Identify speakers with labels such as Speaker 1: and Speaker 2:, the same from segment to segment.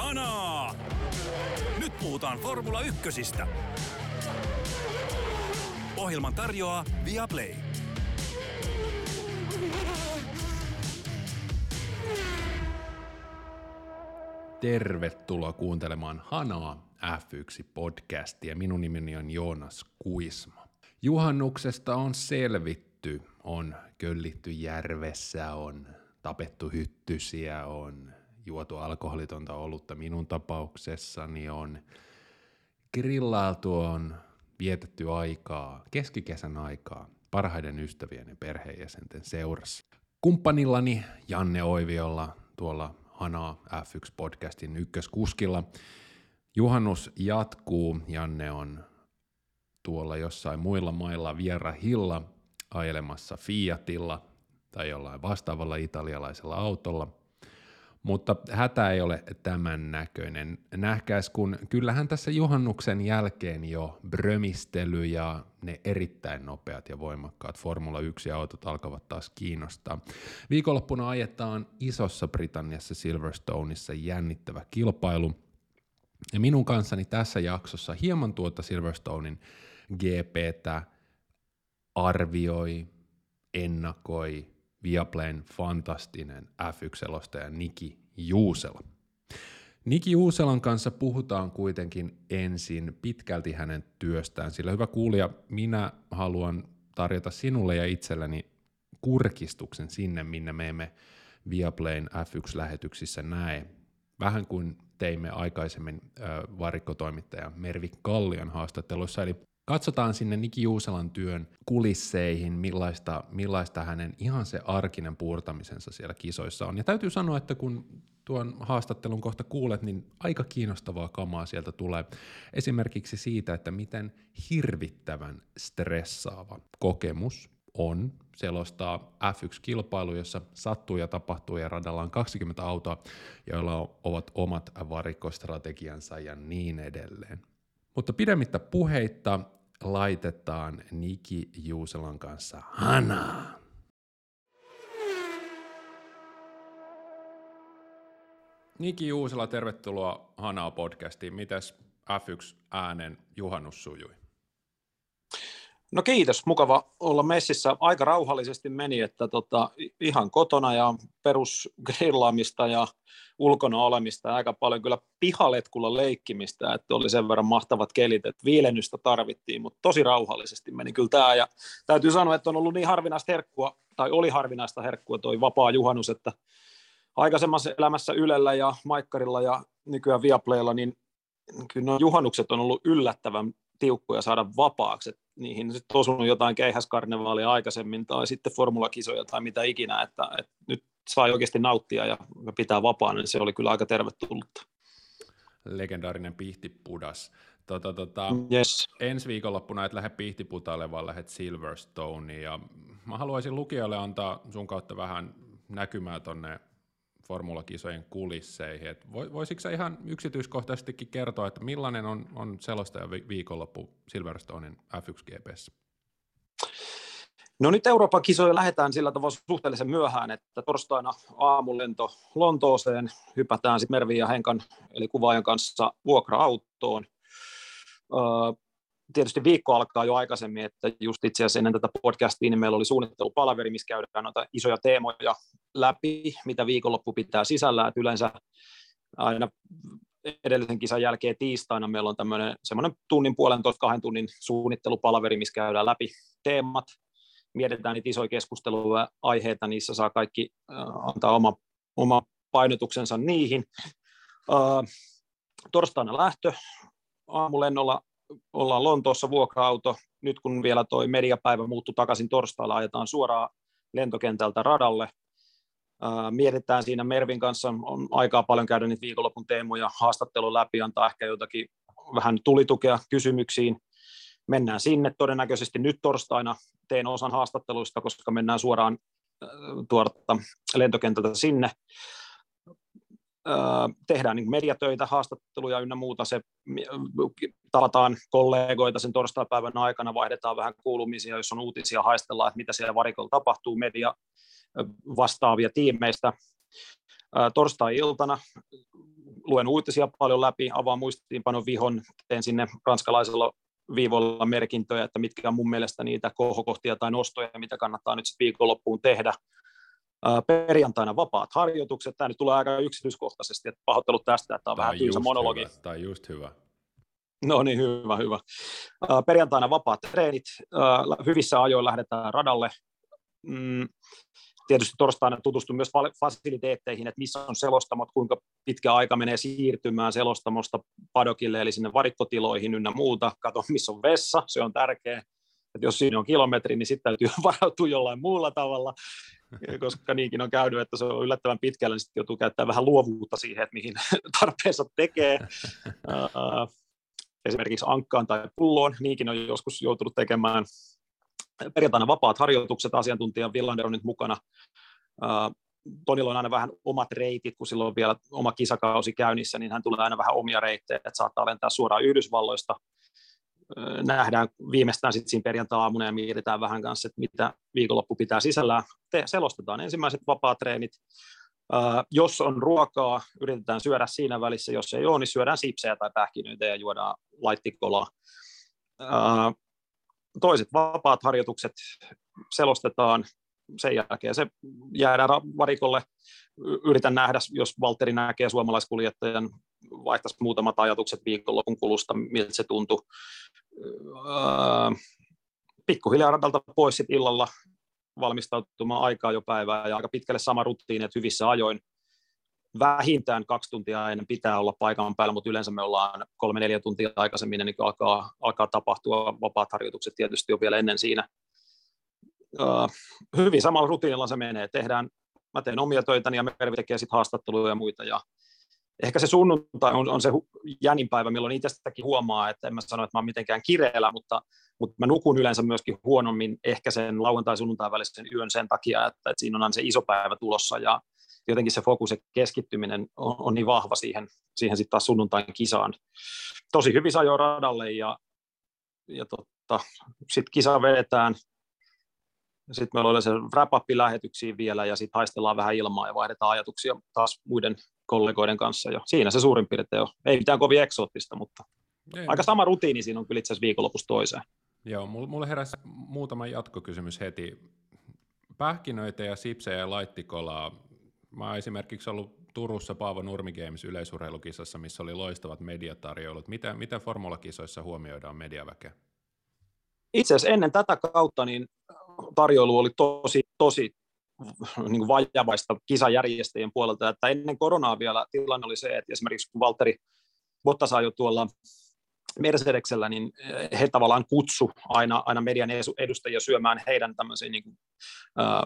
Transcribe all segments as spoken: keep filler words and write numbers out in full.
Speaker 1: Hanaa! Nyt puhutaan Formula Ykkösistä. Ohjelman tarjoaa Viaplay.
Speaker 2: Tervetuloa kuuntelemaan Hanaa F yksi -podcastia. Minun nimeni on Joonas Kuisma. Juhannuksesta on selvitty, on köllitty järvessä, on tapettu hyttysiä, on juotu alkoholitonta olutta minun tapauksessani, on grillailtu, on vietetty aikaa, keskikesän aikaa, parhaiden ystävien ja perheenjäsenten seurassa. Kumppanillani Janne Oiviolla tuolla Hanaa F yksi -podcastin ykköskuskilla. Juhannus jatkuu, Janne on tuolla jossain muilla mailla vierahilla ajelemassa Fiatilla tai jollain vastaavalla italialaisella autolla. Mutta hätä ei ole tämän näköinen. Nähkäis, kun kyllähän tässä juhannuksen jälkeen jo brömistely ja ne erittäin nopeat ja voimakkaat Formula yksi-autot alkavat taas kiinnostaa. Viikonloppuna ajetaan Isossa Britanniassa Silverstoneissa jännittävä kilpailu. Ja minun kanssani tässä jaksossa hieman tuota Silverstonein G P:tä arvioi, ennakoi Viaplayn fantastinen F yksi-selostaja Niki Juusela. Niki Juuselan kanssa puhutaan kuitenkin ensin pitkälti hänen työstään, sillä hyvä kuulija, minä haluan tarjota sinulle ja itselleni kurkistuksen sinne, minne me emme Viaplayn F yksi -lähetyksissä näe. Vähän kuin teimme aikaisemmin äh, varikkotoimittaja Mervi Kallion haastattelussa, eli katsotaan sinne Niki Juuselan työn kulisseihin, millaista, millaista hänen ihan se arkinen puurtamisensa siellä kisoissa on. Ja täytyy sanoa, että kun tuon haastattelun kohta kuulet, niin aika kiinnostavaa kamaa sieltä tulee. Esimerkiksi siitä, että miten hirvittävän stressaava kokemus on selostaa F yksi -kilpailu, jossa sattuu ja tapahtuu ja radalla on kaksikymmentä autoa, joilla ovat omat varikkostrategiansa ja niin edelleen. Mutta pidemmittä puheitta laitetaan Niki Juuselan kanssa Hanaa. Niki Juusela, tervetuloa Hanaa -podcastiin. Mites F yksi -äänen juhannus sujui?
Speaker 3: No kiitos, mukava olla messissä. Aika rauhallisesti meni, että tota, ihan kotona ja perusgrillaamista ja ulkona olemista ja aika paljon kyllä pihaletkulla leikkimistä, että oli sen verran mahtavat kelit, että viilennystä tarvittiin, mutta tosi rauhallisesti meni kyllä tämä. Ja täytyy sanoa, että on ollut niin harvinaista herkkua, tai oli harvinaista herkkua toi vapaa juhannus, että aikaisemmassa elämässä Ylellä ja Maikkarilla ja nykyään Viaplaylla, niin kyllä nuo juhannukset on ollut yllättävän tiukkoja saada vapaaksi, että niihin on sitten osunut jotain keihäskarnevaalia aikaisemmin tai sitten formulakisoja tai mitä ikinä, että, että nyt sai oikeasti nauttia ja pitää vapaana, niin se oli kyllä aika tervetullutta.
Speaker 2: Legendaarinen pihtipudas. Tota, tota,
Speaker 3: yes.
Speaker 2: Ensi viikonloppuna et lähde pihtiputaille, vaan lähdet Silverstoneen, ja mä haluaisin lukijoille antaa sun kautta vähän näkymää tonne formulakisojen kulisseihin. Et voisitko sä ihan yksityiskohtaisestikin kertoa, että millainen on, on selostaja viikonloppu Silverstonein F yksi G P:ssä?
Speaker 3: No nyt Euroopan kisoja lähdetään sillä tavalla suhteellisen myöhään, että torstaina aamulento Lontooseen, hypätään sitten Mervin ja Henkan, eli kuvaajan kanssa vuokra-autoon. Öö, tietysti viikko alkaa jo aikaisemmin, että just itse asiassa ennen tätä podcastia niin meillä oli suunnittelupalaveri, missä käydään noita isoja teemoja läpi, mitä viikonloppu pitää sisällä, että yleensä aina edellisen kisan jälkeen tiistaina meillä on tämmöinen semmoinen tunnin, puolentoista, kahden tunnin suunnittelupalaveri, missä käydään läpi teemat, mietitään niitä isoja keskusteluja, aiheita, niissä saa kaikki äh, antaa oma, oma painotuksensa niihin. Äh, torstaina lähtö, aamulennolla ollaan Lontoossa, vuokra-auto, nyt kun vielä toi mediapäivä muuttui takaisin torstailla, ajetaan suoraan lentokentältä radalle. Äh, mietitään siinä Mervin kanssa, on aikaa paljon käydä niitä viikonlopun teemoja, haastattelun läpi, antaa ehkä jotakin vähän tulitukea kysymyksiin. Mennään sinne todennäköisesti nyt torstaina, teen osan haastatteluista, koska mennään suoraan äh, tuolta lentokentältä sinne. Äh, tehdään niin mediatöitä, haastatteluja ynnä muuta, se tavataan kollegoita sen torstaipäivän aikana, vaihdetaan vähän kuulumisia, jos on uutisia, haistellaan, että mitä siellä varikolla tapahtuu, media vastaavia tiimeistä. Torstai-iltana luen uutisia paljon läpi, avaan muistiinpanon vihon, teen sinne ranskalaisella viivoilla merkintöjä, että mitkä on mun mielestä niitä kohokohtia tai nostoja, mitä kannattaa nyt viikonloppuun tehdä. Perjantaina vapaat harjoitukset, tämä nyt tulee aika yksityiskohtaisesti, että pahoittelut tästä, että tämä on vähän tylsä monologi.
Speaker 2: Tämä on just hyvä.
Speaker 3: No niin, hyvä, hyvä. Perjantaina vapaat treenit, hyvissä ajoin lähdetään radalle. Tietysti torstaina tutustun myös fasiliteetteihin, että missä on selostamot, kuinka pitkä aika menee siirtymään selostamosta padokille, eli sinne varikkotiloihin ynnä muuta. Kato, missä on vessa, se on tärkeä. Että jos siinä on kilometri, niin sitten täytyy varautua jollain muulla tavalla, koska niinkin on käynyt, että se on yllättävän pitkällä, niin sitten joutuu käyttämään vähän luovuutta siihen, että mihin tarpeensa tekee. Esimerkiksi ankkaan tai pulloon, niinkin on joskus joutunut tekemään. Perjantaina vapaat harjoitukset, asiantuntija Villander on nyt mukana. Tonilla on aina vähän omat reitit, kun silloin on vielä oma kisakausi käynnissä, niin hän tulee aina vähän omia reittejä, että saattaa lentää suoraan Yhdysvalloista. Nähdään viimeistään sitten siinä perjantai-aamuna ja mietitään vähän kanssa, että mitä viikonloppu pitää sisällään. Te- selostetaan ensimmäiset vapaat treenit. Jos on ruokaa, yritetään syödä siinä välissä. Jos ei ole, niin syödään sipsejä tai pähkinöitä ja juodaan laittikolaa. Toiset vapaat harjoitukset selostetaan, sen jälkeen se jäädään varikolle. Yritän nähdä, jos Valtteri näkee suomalaiskuljettajan, vaihtaisi muutamat ajatukset viikonlopun kulusta, miltä se tuntui. Pikkuhiljaa radalta pois sit illalla valmistautumaan aikaa jo päivää ja aika pitkälle sama rutiini, että hyvissä ajoin. Vähintään kaksi tuntia ennen pitää olla paikan päällä, mutta yleensä me ollaan kolme neljä tuntia aikaisemmin, niin alkaa, alkaa tapahtua. Vapaat harjoitukset tietysti on vielä ennen siinä. Uh, hyvin samalla rutiinilla se menee. Tehdään, mä teen omia töitäni ja Mervi tekee sitten haastatteluja ja muita. Ja ehkä se sunnuntai on, on se jäninpäivä, milloin itsestäkin huomaa, että en mä sano, että mä oon mitenkään kireellä, mutta, mutta mä nukun yleensä myöskin huonommin ehkä sen lauantai-sunnuntain välisen yön sen takia, että, että siinä on aina se iso päivä tulossa ja jotenkin se fokus ja keskittyminen on, on niin vahva siihen, siihen sitten taas sunnuntain kisaan. Tosi hyvin ajoin radalle ja, ja totta, sitten kisa vedetään. Sitten meillä on se wrap-up-lähetyksiä vielä ja sitten haistellaan vähän ilmaa ja vaihdetaan ajatuksia taas muiden kollegoiden kanssa. Ja siinä se suurin piirtein on. Ei mitään kovin eksoottista, mutta Ei, aika sama rutiini siinä on kyllä itse asiassa viikonlopussa toiseen.
Speaker 2: Joo, mulle heräsi muutama jatkokysymys heti. Pähkinöitä ja sipsejä ja laittikolaa. Mä oon esimerkiksi ollut Turussa Paavo Nurmi Games yleisurheilukisassa, missä oli loistavat mediatarjoilut. Mitä, mitä formulakisoissa huomioidaan mediaväkeä?
Speaker 3: Itse asiassa ennen tätä kautta niin tarjoilu oli tosi, tosi niin kuin vajavaista kisajärjestäjien puolelta, että ennen koronaa vielä tilanne oli se, että esimerkiksi kun Valtteri Bottas ajoi tuolla Mercedeksellä, niin he tavallaan kutsu aina, aina median edustajia syömään heidän tämmöisiin niin kuin, äh,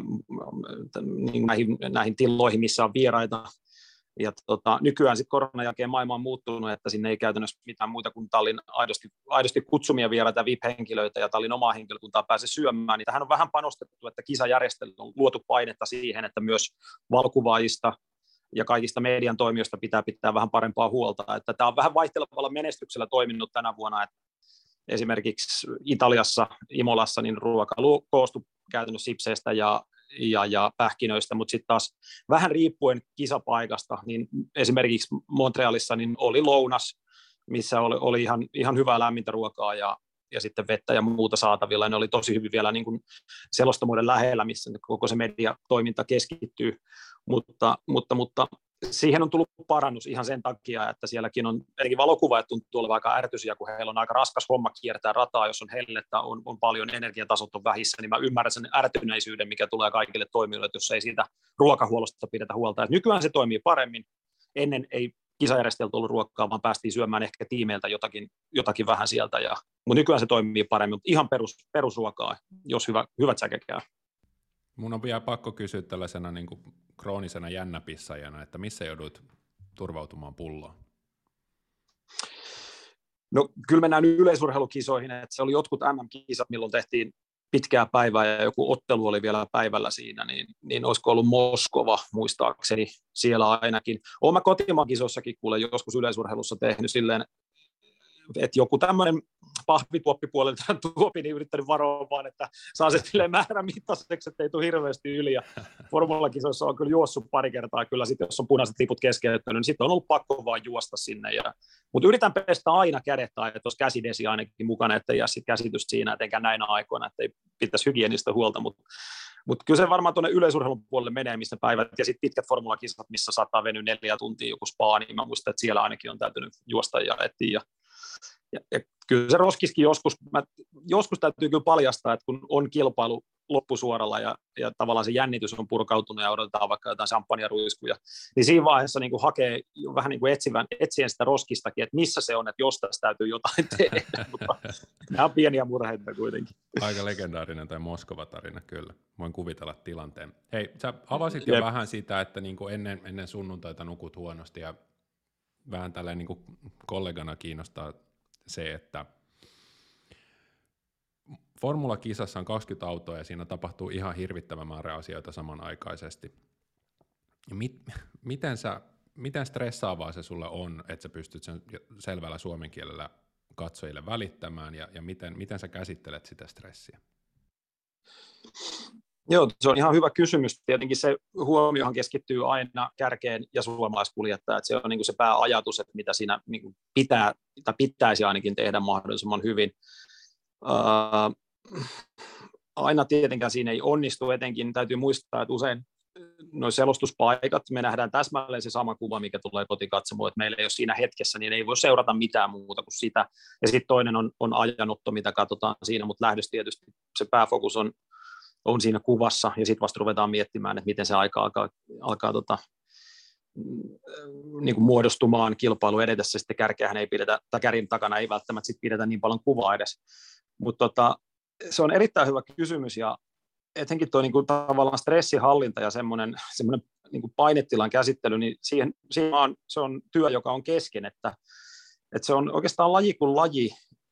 Speaker 3: niin kuin näihin, näihin tiloihin, missä on vieraita. Ja tota, nykyään sitten koronan jälkeen maailma on muuttunut, että sinne ei käytännössä mitään muuta kuin tallin aidosti, aidosti kutsumia vieraita ja V I P-henkilöitä ja tallin omaa henkilökuntaa pääse syömään. Niin tähän on vähän panostettu, että kisajärjestelyllä on luotu painetta siihen, että myös valokuvaajista ja kaikista median toimijoista pitää pitää vähän parempaa huolta. Että tämä on vähän vaihtelevalla menestyksellä toiminut tänä vuonna. Että esimerkiksi Italiassa, Imolassa, niin ruoka koostui käytännössä sipseistä ja Ja, ja pähkinöistä, mutta sitten taas vähän riippuen kisapaikasta, niin esimerkiksi Montrealissa niin oli lounas, missä oli, oli ihan, ihan hyvää lämmintä ruokaa ja, ja sitten vettä ja muuta saatavilla, ja ne oli tosi hyvin vielä niin kuin selostamoiden lähellä, missä koko se mediatoiminta keskittyy, mutta, mutta, mutta siihen on tullut parannus ihan sen takia, että sielläkin on, etenkin valokuvaajat tuntuu olevan aika ärtyisiä, kun heillä on aika raskas homma kiertää rataa, jos on hellettä, on, on paljon energiatasot on vähissä, niin mä ymmärrän sen ärtyneisyyden, mikä tulee kaikille toimijoille, jos ei siitä ruokahuollosta pidetä huolta. Et nykyään se toimii paremmin. Ennen ei kisajärjestelty ollut ruokaa, vaan päästiin syömään ehkä tiimeiltä jotakin, jotakin vähän sieltä. Ja, mutta nykyään se toimii paremmin, mutta ihan perus, perusruokaa, jos hyvä, hyvät säkä käy.
Speaker 2: Mun on vielä pakko kysyä tällaisena niin kuin kroonisena jännäpissajana, että missä joudut turvautumaan pulloon?
Speaker 3: No kyllä mennään yleisurheilukisoihin, että se oli jotkut M M-kisat, milloin tehtiin pitkää päivää ja joku ottelu oli vielä päivällä siinä, niin, niin olisiko ollut Moskova muistaakseni siellä ainakin. Olen mä kotimaan kisoissakin kuule joskus yleisurheilussa tehnyt silleen et joku tämmöinen pahvituoppipuolelta tuopi, niin yrittänyt varoa vaan, että saa se silleen määrämittaiseksi, että ei tule hirveästi yli. Ja formulakisoissa on kyllä juossut pari kertaa, kyllä sitten jos on punaiset liput keskeyttänyt, niin sitten on ollut pakko vaan juosta sinne. Ja, mutta yritän pestä aina kädet tai että olisi käsidesi ainakin mukana, että ei jää sit käsitystä siinä, etenkään näinä aikoina, että ei pitäisi hygienistä huolta, mutta Mutta kyllä se varmaan tuonne yleisurheilun puolelle menee, missä päivät, ja sitten pitkät formulakisat, missä saattaa venyä neljä tuntia joku spa, niin mä muistan, että siellä ainakin on täytynyt juosta ja etsiä. Ja, ja, ja kyllä se roskiskin joskus, mä, joskus täytyy kyllä paljastaa, että kun on kilpailu loppusuoralla ja, ja tavallaan se jännitys on purkautunut ja odotetaan vaikka jotain champagneruiskuja, niin siinä vaiheessa niin kuin hakee vähän niin kuin etsivän, etsien sitä roskistakin, että missä se on, että jos tässä täytyy jotain tehdä, mutta nämä on pieniä murheita kuitenkin.
Speaker 2: Aika legendaarinen tai Moskova-tarina kyllä, voin kuvitella tilanteen. Hei, sä avasit jo
Speaker 3: Jep.
Speaker 2: vähän sitä, että niin kuin ennen, ennen sunnuntaita nukut huonosti ja vähän tälleen niin kuin kollegana kiinnostaa se, että formulakisassa on kaksikymmentä autoa ja siinä tapahtuu ihan hirvittävä määrä asioita samanaikaisesti. Mit, miten, sä, miten stressaavaa se sulle on, että sä pystyt sen selvällä suomen kielellä katsojille välittämään ja, ja miten, miten sä käsittelet sitä stressiä?
Speaker 3: Joo, se on ihan hyvä kysymys. Tietenkin se huomiohan keskittyy aina kärkeen ja suomalaiskuljettajaan, että se on niin kuin se pääajatus, että mitä siinä niin kuin pitää tai pitäisi ainakin tehdä mahdollisimman hyvin. Uh, aina tietenkään siinä ei onnistu, etenkin täytyy muistaa, että usein nuo selostuspaikat, me nähdään täsmälleen se sama kuva, mikä tulee kotikatsomoon, että meillä ei ole siinä hetkessä, niin ei voi seurata mitään muuta kuin sitä. Ja sitten toinen on, on ajanotto, mitä katsotaan siinä, mutta lähdössä tietysti se pääfokus on, on siinä kuvassa, ja sitten vasta ruvetaan miettimään, että miten se aika alkaa, alkaa tota, niin kuin muodostumaan kilpailu edetessä, sitten kärkeähän ei pidetä, tai kärjen takana ei välttämättä sit pidetä niin paljon kuvaa edes. Mutta tota, se on erittäin hyvä kysymys, ja etenkin tuo niin kuin tavallaan stressihallinta ja semmoinen, semmoinen niin kuin painetilan käsittely, niin siihen, siihen on, se on työ, joka on kesken, että, että se on oikeastaan laji kuin laji.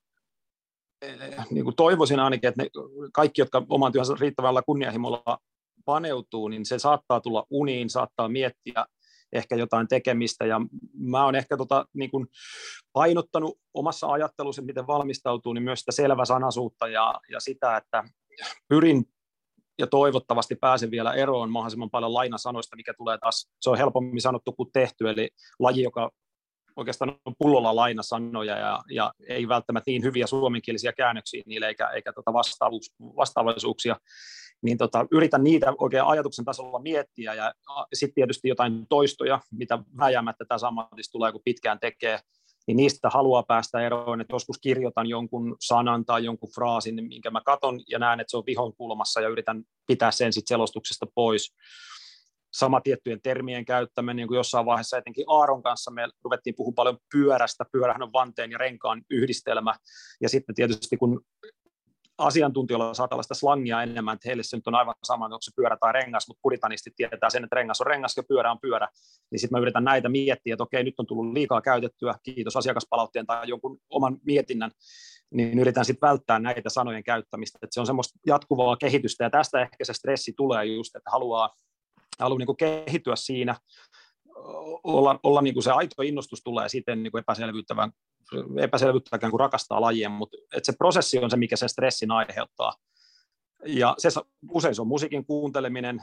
Speaker 3: Niin kuin toivoisin ainakin, että ne kaikki, jotka oman työnsä riittävällä kunnianhimolla paneutuu, niin se saattaa tulla uniin, saattaa miettiä ehkä jotain tekemistä, ja mä oon ehkä tota, niin kuin painottanut omassa ajattelussa, miten valmistautuu, niin myös sitä selväsanaisuutta ja, ja sitä, että pyrin ja toivottavasti pääsen vielä eroon mahdollisimman paljon lainasanoista, mikä tulee taas, se on helpommin sanottu kuin tehty, eli laji, joka oikeastaan on pullolla lainasanoja ja, ja ei välttämättä niin hyviä suomenkielisiä käännöksiä niille eikä, eikä tota vastaavuus, vastaavaisuuksia, niin tota, yritän niitä oikein ajatuksen tasolla miettiä ja sitten tietysti jotain toistoja, mitä väjäämättä tässä ammatissa tulee, kun pitkään tekee, niin niistä haluaa päästä eroon, että joskus kirjoitan jonkun sanan tai jonkun fraasin, minkä mä katon ja näen, että se on vihon kulmassa ja yritän pitää sen sitten selostuksesta pois. Sama tiettyjen termien käyttäminen, niin kuin jossain vaiheessa etenkin Aaron kanssa me ruvettiin puhumaan paljon pyörästä, pyörähän on vanteen ja renkaan yhdistelmä, ja sitten tietysti kun asiantuntijoilla saa tällaista slangia enemmän, että heille se nyt on aivan sama, onko se pyörä tai rengas, mutta puritanistit tietää sen, että rengas on rengas ja pyörä on pyörä, niin sitten mä yritän näitä miettiä, että okei, nyt on tullut liikaa käytettyä, kiitos asiakaspalautteen tai jonkun oman mietinnän, niin yritän sitten välttää näitä sanojen käyttämistä, että se on semmoista jatkuvaa kehitystä, ja tästä ehkä se stressi tulee just, että haluaa, haluaa niin kuin kehittyä siinä, olla, olla niin kuin se aito innostus tulee sitten niin kuin epäselvyyttävän epäselvyyttäkään kuin rakastaa lajia, mutta että se prosessi on se, mikä sen stressin aiheuttaa. Ja se, usein se on musiikin kuunteleminen.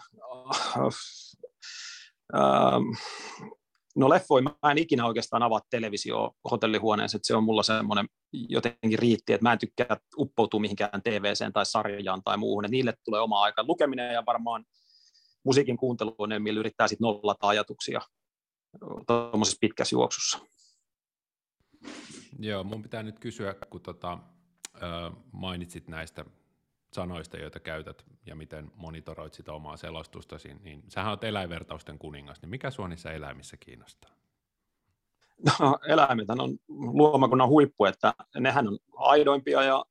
Speaker 3: No leffoja mä en ikinä oikeastaan avaa televisio hotellihuoneessa, että se on mulla semmoinen jotenkin riitti, että mä en tykkää uppoutua mihinkään T V-seen tai sarjaan tai muuhun, että niille tulee oma aika lukeminen ja varmaan musiikin kuuntelu on ne, millä yrittää sitten nollata ajatuksia tuommoisessa pitkässä juoksussa.
Speaker 2: Joo, mun pitää nyt kysyä, kun tota, ö, mainitsit näistä sanoista, joita käytät ja miten monitoroit sitä omaa selostustasi, niin sähän oot eläinvertausten kuningas, niin mikä sua niissä eläimissä kiinnostaa?
Speaker 3: No, eläimet on luomakunnan huippu, että nehän on aidoimpia ja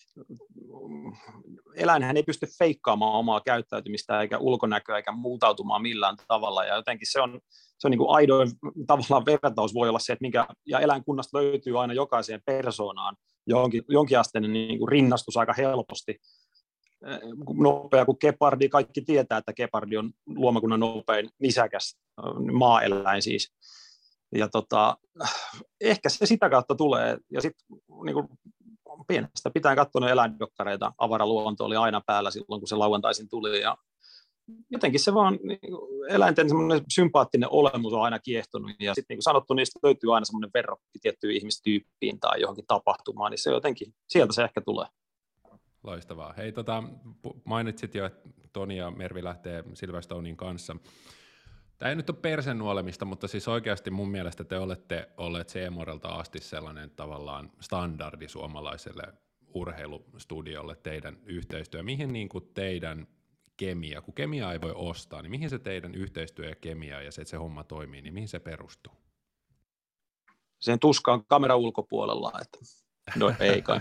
Speaker 3: eläinhän ei pysty feikkaamaan omaa käyttäytymistä eikä ulkonäköä eikä muutautumaan millään tavalla ja jotenkin se on, se on niin kuin aidoin tavallaan vertaus voi olla se, että minkä, ja eläinkunnasta löytyy aina jokaiseen persoonaan jonkin, jonkinasteinen niin kuin rinnastus aika helposti. Nopea kuin gepardi, kaikki tietää, että gepardi on luomakunnan nopein nisäkäs maaeläin siis. ja tota, ehkä se sitä kautta tulee, ja sitten niin kuin pienestä pitäen katsoa eläindokkareita, avaraluonto oli aina päällä silloin, kun se lauantaisin tuli, ja jotenkin se vaan, niin eläinten semmoinen sympaattinen olemus on aina kiehtonut, ja sitten niin kuin sanottu, niistä löytyy aina semmoinen verrokki tiettyyn ihmistyyppiin tai johonkin tapahtumaan, niin se jotenkin, sieltä se ehkä tulee.
Speaker 2: Loistavaa. Hei, tota, mainitsit jo, että Toni ja Mervi lähtee Silverstonein kanssa. Tämä ei nyt ole persenuolemista, mutta siis oikeasti mun mielestä te olette olleet C-Morelta asti sellainen tavallaan standardi suomalaiselle urheilustudiolle teidän yhteistyö. Mihin niin kuin teidän kemia, kun kemia ei voi ostaa, niin mihin se teidän yhteistyö ja kemia ja se, että se homma toimii, niin mihin se perustuu?
Speaker 3: Sen tuskaan kameran ulkopuolella, että no ei kai.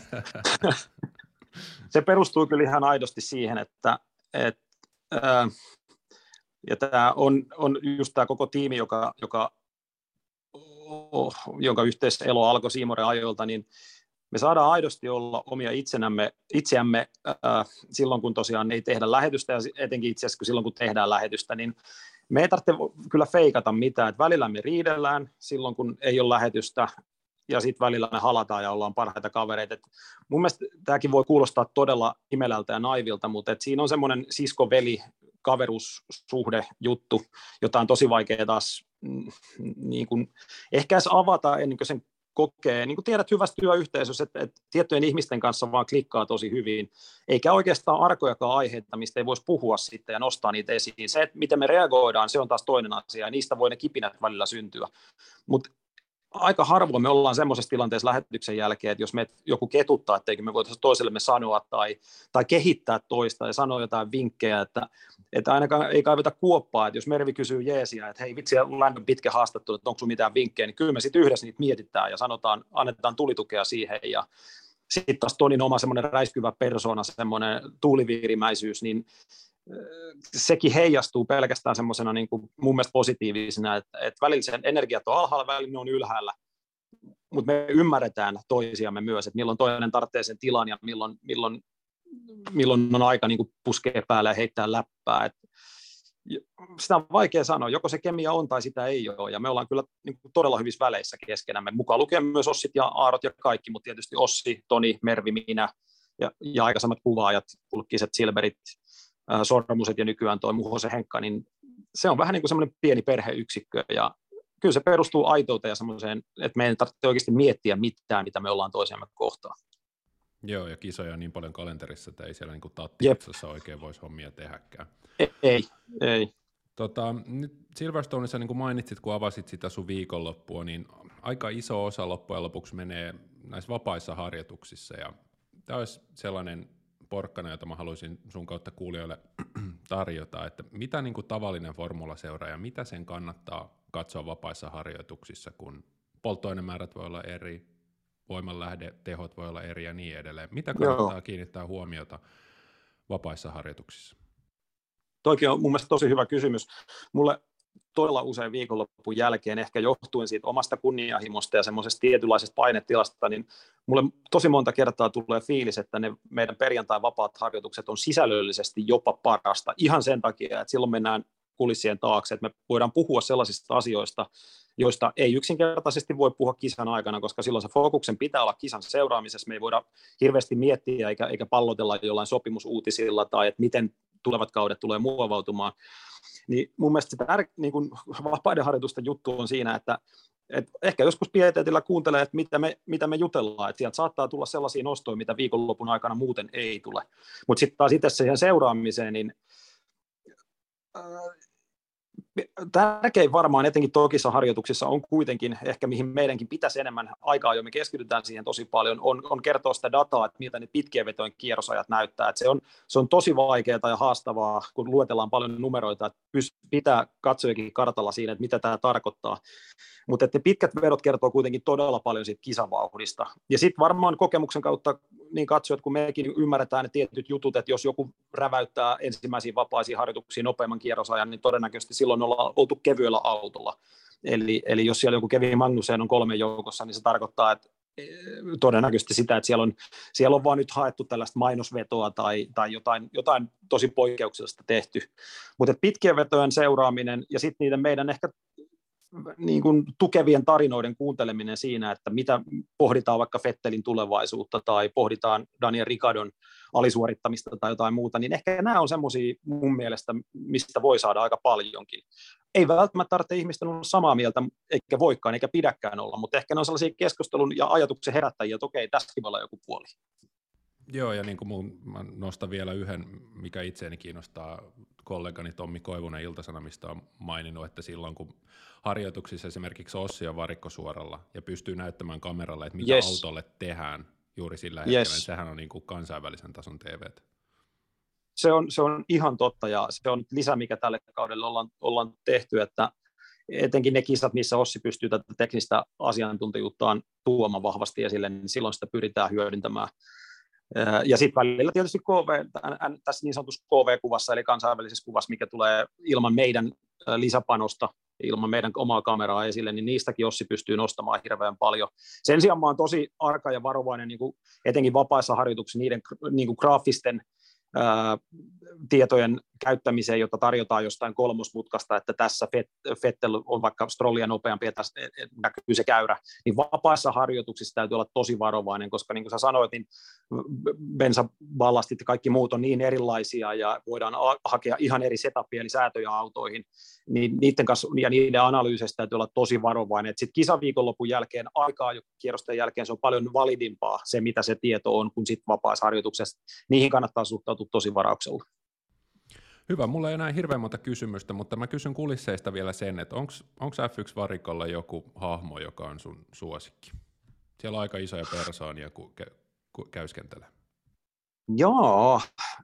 Speaker 3: Se perustuu kyllä ihan aidosti siihen, että, että ää, ja tämä on, on just tämä koko tiimi, joka, joka, oh, jonka yhteiselo alkoi C-Moren ajoilta, niin me saadaan aidosti olla omia itsenämme, itseämme ää, silloin, kun tosiaan ei tehdä lähetystä, ja etenkin itse asiassa silloin, kun tehdään lähetystä, niin me ei tarvitse kyllä feikata mitään, että välillä me riidellään silloin, kun ei ole lähetystä, ja sitten välillä me halataan ja ollaan parhaita kavereita. Et mun mielestä tämäkin voi kuulostaa todella imelältä ja naivilta, mutta et siinä on semmoinen sisko-veli kaveruussuhde juttu, jota on tosi vaikea taas mm, niin kun, ehkä edes avata ennen kuin sen kokee. Niin kuin tiedät hyvästä työyhteisössä, että, että tiettyjen ihmisten kanssa vaan klikkaa tosi hyvin, eikä oikeastaan arkojakaan aiheita, mistä ei voisi puhua sitten ja nostaa niitä esiin. Se, että miten me reagoidaan, se on taas toinen asia, ja niistä voi ne kipinät välillä syntyä. Mutta aika harvoin me ollaan semmoisessa tilanteessa lähetyksen jälkeen, että jos me joku ketuttaa, etteikö me voitaisiin toisellemme sanoa tai, tai kehittää toista ja sanoa jotain vinkkejä, että, että ainakaan ei kaiveta kuoppaa, että jos Mervi kysyy jeesiä, että hei vitsi, lämmön pitkä haastattelu, että onko sinulla mitään vinkkejä, niin kyllä me sitten yhdessä niitä mietitään ja sanotaan, annetaan tulitukea siihen ja sitten taas Tonin oma semmoinen räiskyvä persoona, semmoinen tuuliviirimäisyys, niin sekin heijastuu pelkästään semmoisena niin kuin mun mielestä positiivisena, että, että välillä sen energiat on alhaalla, välillä ne on ylhäällä, mutta me ymmärretään toisiamme myös, että milloin toinen tarvitsee sen tilan ja milloin, milloin, milloin on aika niin kuin puskea päälle ja heittää läppää. Et sitä on vaikea sanoa, joko se kemia on tai sitä ei ole, ja me ollaan kyllä niin kuin todella hyvissä väleissä keskenämme, mukaan lukien myös Ossit ja Aarot ja kaikki, mutta tietysti Ossi, Toni, Mervi, minä ja, ja aikaisemmat kuvaajat, Pulkkiset, Silverit, Sormuset ja nykyään tuo Muhosen Henkka, niin se on vähän niin kuin semmoinen pieni perheyksikkö, ja kyllä se perustuu aitouteen ja semmoiseen, että me ei tarvitse oikeasti miettiä mitään, mitä me ollaan toisiamme kohtaan.
Speaker 2: Joo, ja kisoja on niin paljon kalenterissa, että ei siellä niin kuin tattiksessa oikein voisi hommia tehdäkään.
Speaker 3: Ei, ei. ei.
Speaker 2: Tota, nyt Silverstoneissa, niin kuin mainitsit, kun avasit sitä sun viikonloppua, niin aika iso osa loppujen lopuksi menee näissä vapaissa harjoituksissa, ja tämä olisi sellainen porkkana, jota mä haluaisin sun kautta kuulijoille tarjota, että mitä niin kuin tavallinen formulaseuraaja, mitä sen kannattaa katsoa vapaissa harjoituksissa, kun polttoainemäärät voi olla eri, voimanlähde, tehot voi olla eri ja niin edelleen. Mitä kannattaa Joo. kiinnittää huomiota vapaissa harjoituksissa?
Speaker 3: Toikin on mun mielestä tosi hyvä kysymys. Mulle todella usein viikonlopun jälkeen, ehkä johtuen siitä omasta kunnianhimosta ja semmoisesta tietynlaisesta painetilasta, niin mulle tosi monta kertaa tulee fiilis, että ne meidän perjantai-vapaat harjoitukset on sisällöllisesti jopa parasta. Ihan sen takia, että silloin mennään kulissien taakse, että me voidaan puhua sellaisista asioista, joista ei yksinkertaisesti voi puhua kisan aikana, koska silloin se fokuksen pitää olla kisan seuraamisessa. Me ei voida hirveästi miettiä eikä, eikä pallotella jollain sopimusuutisilla tai että miten tulevat kaudet tulee muovautumaan. Niin mun mielestä se tär- niin kuin vapaiden harjoitusten juttu on siinä, että et ehkä joskus pieteetillä kuuntelee, että mitä me, mitä me jutellaan, että sieltä saattaa tulla sellaisia nostoja, mitä viikonlopun aikana muuten ei tule. Mutta sitten taas itse siihen seuraamiseen, niin äh, tärkein varmaan etenkin tokissa harjoituksissa on kuitenkin ehkä mihin meidänkin pitäisi enemmän aikaa, jo me keskitytään siihen tosi paljon, on, on kertoa sitä dataa, että miltä ne pitkien vetojen kierrosajat näyttää. Että se, on, se on tosi vaikeaa ja haastavaa, kun luetellaan paljon numeroita, että pitää katsojakin kartalla siinä, että mitä tämä tarkoittaa. Mutta ne pitkät vedot kertoo kuitenkin todella paljon siitä kisavauhdista. Ja sitten varmaan kokemuksen kautta niin katsojat, kun mekin ymmärretään ne tietyt jutut, että jos joku räväyttää ensimmäisiin vapaisiin harjoituksiin nopeamman kierrosajan, niin todennäköisesti silloin ollaan oltu kevyellä autolla. Eli, eli jos siellä joku Kevin Magnussen on kolmen joukossa, niin se tarkoittaa, että todennäköisesti sitä, että siellä on, siellä on vaan nyt haettu tällaista mainosvetoa tai, tai jotain, jotain tosi poikkeuksellista tehty. Mutta pitkien vetojen seuraaminen ja sitten niiden meidän ehkä niin kuin tukevien tarinoiden kuunteleminen siinä, että mitä pohditaan vaikka Vettelin tulevaisuutta tai pohditaan Daniel Ricciardon alisuorittamista tai jotain muuta, niin ehkä nämä on semmoisia mun mielestä, mistä voi saada aika paljonkin. Ei välttämättä tarvitse ihmisten olla samaa mieltä, eikä voikaan, eikä pidäkään olla, mutta ehkä ne on sellaisia keskustelun ja ajatuksen herättäjiä, että okei, tässäkin voi olla joku puoli.
Speaker 2: Joo, ja niin kuin mun, mä nostan vielä yhden, mikä itseäni kiinnostaa, kollegani Tommi Koivunen Ilta-Sanomista on maininnut, että silloin kun harjoituksissa esimerkiksi Ossi on varikkosuoralla ja pystyy näyttämään kameralle, että mitä yes. autolle tehdään juuri sillä hetkellä, yes. niin sehän on niin kuin kansainvälisen tason T V:tä.
Speaker 3: Se on, se on ihan totta, ja se on lisä, mikä tälle kaudelle ollaan, ollaan tehty, että etenkin ne kisat, missä Ossi pystyy tätä teknistä asiantuntijuuttaan tuomaan vahvasti esille, niin silloin sitä pyritään hyödyntämään. Ja sitten välillä tietysti K V, tässä niin sanotussa K V-kuvassa, eli kansainvälisessä kuvassa, mikä tulee ilman meidän lisäpanosta, ilman meidän omaa kameraa esille, niin niistäkin Ossi pystyy nostamaan hirveän paljon. Sen sijaan mä oon tosi arka ja varovainen, niin kuin etenkin vapaissa harjoituksissa, niiden niin kuin graafisten ää, tietojen käyttämiseen, jota tarjotaan jostain kolmosmutkasta, että tässä Vettel on vaikka Strollia nopeampi ja tässä näkyy se käyrä, niin vapaissa harjoituksissa täytyy olla tosi varovainen, koska niin kuin sä sanoit, niin bensaballastit ja kaikki muut on niin erilaisia ja voidaan hakea ihan eri setupia eli säätöjä autoihin, niin niiden kanssa ja niiden analyyseistä täytyy olla tosi varovainen. Sitten kisaviikonlopun jälkeen, aikaa kierrosten jälkeen se on paljon validimpaa se, mitä se tieto on, kuin sitten vapaissa harjoituksessa. Niihin kannattaa suhtautua tosi varauksella.
Speaker 2: Hyvä, mulla ei enää hirveän monta kysymystä, mutta mä kysyn kulisseista vielä sen, että onko F yksi varikolla joku hahmo, joka on sun suosikki? Siellä on aika isoja persoonia, kun kä- käyskentelee.
Speaker 3: Joo.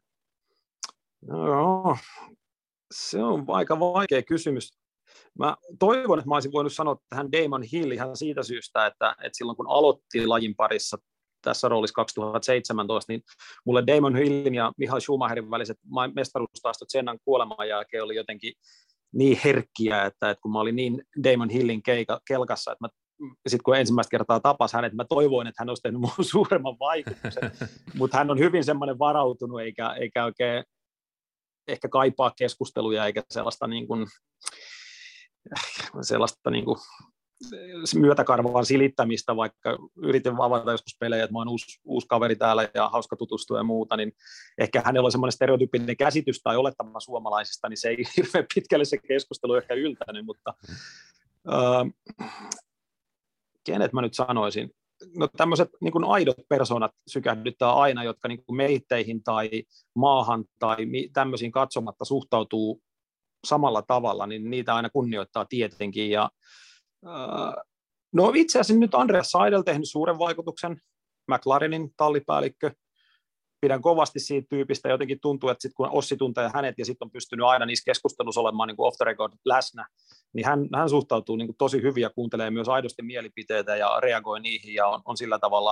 Speaker 3: Joo, se on aika vaikea kysymys. Mä toivon, että mä olisin voinut sanoa tähän Damon Hill ihan siitä syystä, että, että silloin kun aloitti lajin parissa tässä roolissa kaksituhattaseitsemäntoista, niin mulle Damon Hillin ja Michael Schumacherin väliset mestaruustaistot Sennan kuoleman jälkeen oli jotenkin niin herkkiä, että, että kun mä olin niin Damon Hillin keika, kelkassa, että sitten kun ensimmäistä kertaa tapas hänet, mä toivoin, että hän olisi tehnyt mun suuremman vaikutuksen, mutta hän on hyvin semmoinen varautunut, eikä, eikä oikein ehkä kaipaa keskusteluja, eikä sellaista, niin kuin, sellaista niin kuin myötäkarvaan silittämistä, vaikka yritin avata joskus pelejä, että mä oon uusi, uusi kaveri täällä ja hauska tutustua ja muuta, niin ehkä hänellä on semmoinen stereotyyppinen käsitys tai olettama suomalaisista, niin se ei hirveän pitkälle se keskustelu ehkä yltänyt, mutta äh, kenet mä nyt sanoisin? No tämmöiset niin kuin aidot persoonat sykähdyttää aina, jotka niin kuin meitteihin tai maahan tai tämmöisiin katsomatta suhtautuu samalla tavalla, niin niitä aina kunnioittaa tietenkin. Ja, äh, no itse asiassa nyt Andreas Seidel tehnyt suuren vaikutuksen, McLarenin tallipäällikkö. Pidän kovasti siitä tyypistä, jotenkin tuntuu, että sit kun Ossi tuntee hänet ja sitten on pystynyt aina niissä keskustelussa olemaan niin kuin off the record läsnä, niin hän, hän suhtautuu niin kuin tosi hyvin ja kuuntelee myös aidosti mielipiteitä ja reagoi niihin ja on, on sillä tavalla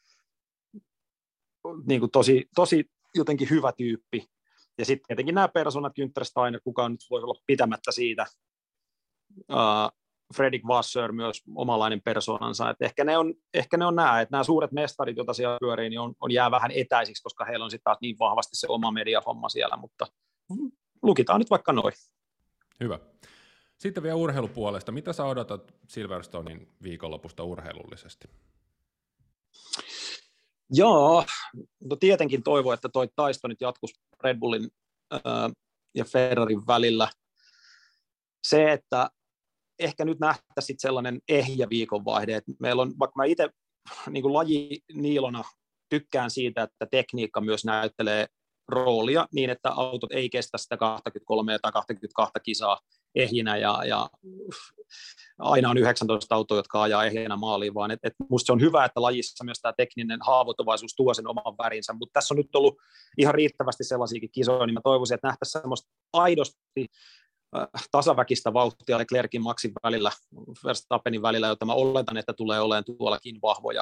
Speaker 3: niin kuin tosi, tosi jotenkin hyvä tyyppi. Ja sitten tietenkin nämä persoonat, Günther Steiner, kukaan nyt voi olla pitämättä siitä, uh, Fredrik Vasseur myös omanlainen persoonansa, että ehkä ne on, ehkä ne on nämä, että nämä suuret mestarit, joita siellä pyörii, niin on, on jää vähän etäisiksi, koska heillä on sitten taas niin vahvasti se oma mediahomma siellä, mutta lukitaan nyt vaikka noin.
Speaker 2: Hyvä. Sitten vielä urheilupuolesta. Mitä sä odotat Silverstonein viikonlopusta urheilullisesti?
Speaker 3: Joo, no tietenkin toivon, että toi taisto nyt jatkuisi Red Bullin ää, ja Ferrarin välillä. Se, että ehkä nyt nähtäisiin sellainen ehjä viikonvaihde, että meillä on, vaikka mä itse niin kuin lajiniilona tykkään siitä, että tekniikka myös näyttelee roolia niin, että autot ei kestä sitä kaksikymmentäkolme tai kaksikymmentäkaksi kisaa ehjinä ja, ja aina on yhdeksäntoista autoa, jotka ajaa ehjänä maaliin, vaan että et musta se on hyvä, että lajissa myös tämä tekninen haavoittuvaisuus tuo sen oman värinsä, mutta tässä on nyt ollut ihan riittävästi sellaisiakin kisoja, niin mä toivoisin, että nähtäisiin semmoista aidosti tasaväkistä vauhtia Leclercin Maxin välillä, Verstappenin välillä, jota mä oletan, että tulee olemaan tuollakin vahvoja.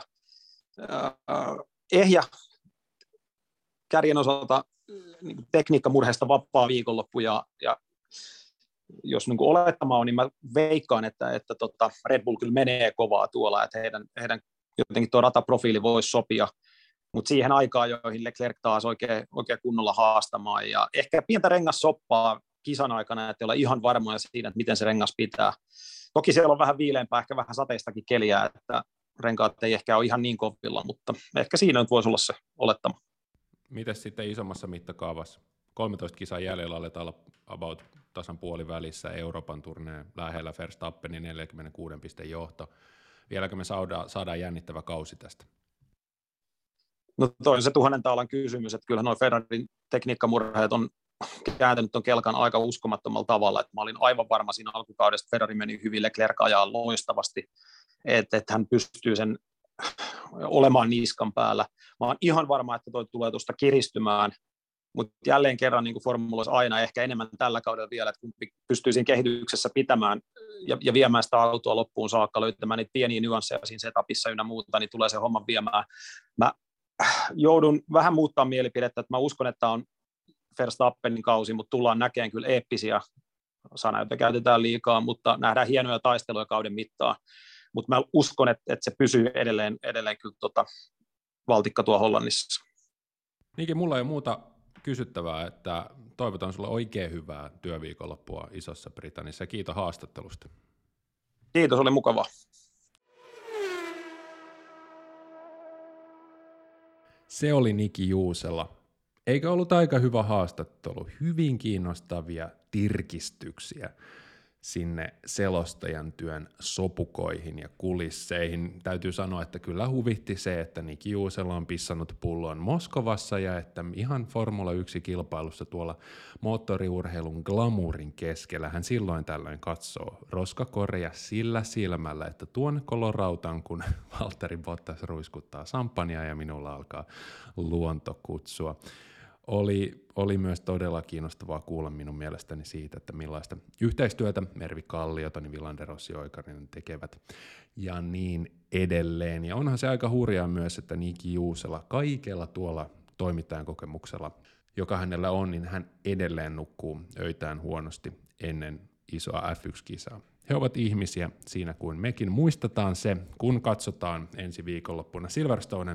Speaker 3: Ehjä kärjen osalta niin tekniikkamurheesta vapaa viikonloppu, ja, ja jos niin olettama on, niin mä veikkaan, että, että tota Red Bull kyllä menee kovaa tuolla, että heidän, heidän jotenkin tuo rataprofiili voisi sopia, mutta siihen aikaan, joihin Leclerc taas oikein, oikein kunnolla haastamaan, ja ehkä pientä rengassoppaa kisan aikana, että olla ihan varmoja siinä, että miten se rengas pitää. Toki siellä on vähän viileämpää, ehkä vähän sateistakin keliä, että renkaat ei ehkä ole ihan niin kovilla, mutta ehkä siinä nyt voisi olla se olettama.
Speaker 2: Mites sitten isommassa mittakaavassa? kolmetoista kisaa jäljellä aletaan olla about tasan puolivälissä, Euroopan turneen lähellä Verstappenin neljäkymmentäkuusi pisteen johto. Vieläkö me saadaan, saadaan jännittävä kausi tästä?
Speaker 3: No toi on se tuhannen taalan kysymys, että kyllähän nuo Ferrarin tekniikkamurheet on kääntänyt ton kelkan aika uskomattomalla tavalla, että mä olin aivan varma siinä alkukaudesta, Ferrari meni hyvin, Leclerc ajaa loistavasti, että, että hän pystyy sen olemaan niskan päällä. Mä oon ihan varma, että toi tulee tuosta kiristymään, mutta jälleen kerran niin kuin formuloissa aina ehkä enemmän tällä kaudella vielä, että kun pystyy siinä kehityksessä pitämään ja, ja viemään sitä autoa loppuun saakka, löytämään niitä pieniä nyansseja siinä setupissa ynnä muuta, niin tulee se homma viemään. Mä joudun vähän muuttaa mielipidettä, että mä uskon, että on Verstappenin kausi, mutta tullaan näkemään kyllä eeppisiä sana, joita käytetään liikaa, mutta nähdään hienoja taisteluja kauden mittaan. Mutta mä uskon, että, että se pysyy edelleen, edelleen kyllä tota, valtikka tuo Hollannissa.
Speaker 2: Niinkin mulla ei ole muuta kysyttävää, että toivotan sulle oikein hyvää työviikonloppua Isossa Britanniassa ja kiitos haastattelusta.
Speaker 3: Kiitos, oli mukavaa.
Speaker 2: Se oli Niki Juusela. Eikö ollut aika hyvä haastattelu? Hyvin kiinnostavia tirkistyksiä sinne selostajan työn sopukoihin ja kulisseihin. Täytyy sanoa, että kyllä huvitti se, että Niki Juusela on pissannut pulloon Moskovassa ja että ihan Formula yksi-kilpailussa tuolla moottoriurheilun glamourin keskellä hän silloin tällöin katsoo roskakoreja sillä silmällä, että tuon kolorautan, kun Valtteri Bottas ruiskuttaa sampania ja minulla alkaa luonto kutsua. Oli, oli myös todella kiinnostavaa kuulla minun mielestäni siitä, että millaista yhteistyötä Mervi Kallio, Toni Vilander, Rossi Oikarinen tekevät ja niin edelleen. Ja onhan se aika hurjaa myös, että Niki Juusela kaikella tuolla toimittajan kokemuksella, joka hänellä on, niin hän edelleen nukkuu öitään huonosti ennen isoa F yksi -kisaa. He ovat ihmisiä siinä kuin mekin. Muistetaan se, kun katsotaan ensi viikonloppuna Silverstonen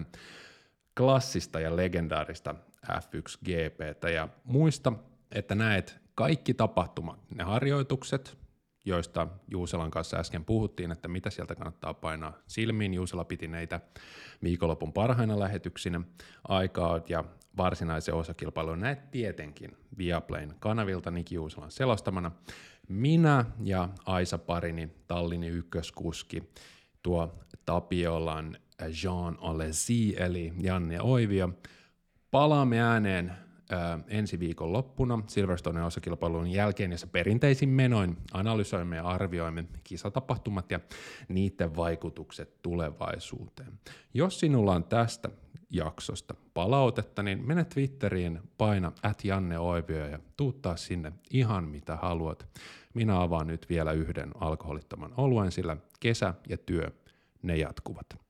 Speaker 2: klassista ja legendaarista F yksi G P:tä ja muista, että näet kaikki tapahtumat, ne harjoitukset, joista Juuselan kanssa äsken puhuttiin, että mitä sieltä kannattaa painaa silmiin. Juusela piti neitä viikonlopun parhaina lähetyksinä aikaa ja varsinaisen osakilpailun näet tietenkin Viaplayn kanavilta Niki Juuselan selostamana. Minä ja Aisa Parini, Tallinin ykköskuski, tuo Tapiolan Jean Alesi eli Janne Oivio. Palaamme ääneen ää, ensi viikon loppuna Silverstonen osakilpailun jälkeen, jossa perinteisin menoin analysoimme ja arvioimme kisatapahtumat ja niiden vaikutukset tulevaisuuteen. Jos sinulla on tästä jaksosta palautetta, niin mene Twitteriin, paina at Janne Oivio ja tuuttaa sinne ihan mitä haluat. Minä avaan nyt vielä yhden alkoholittoman oluen, sillä kesä ja työ, ne jatkuvat.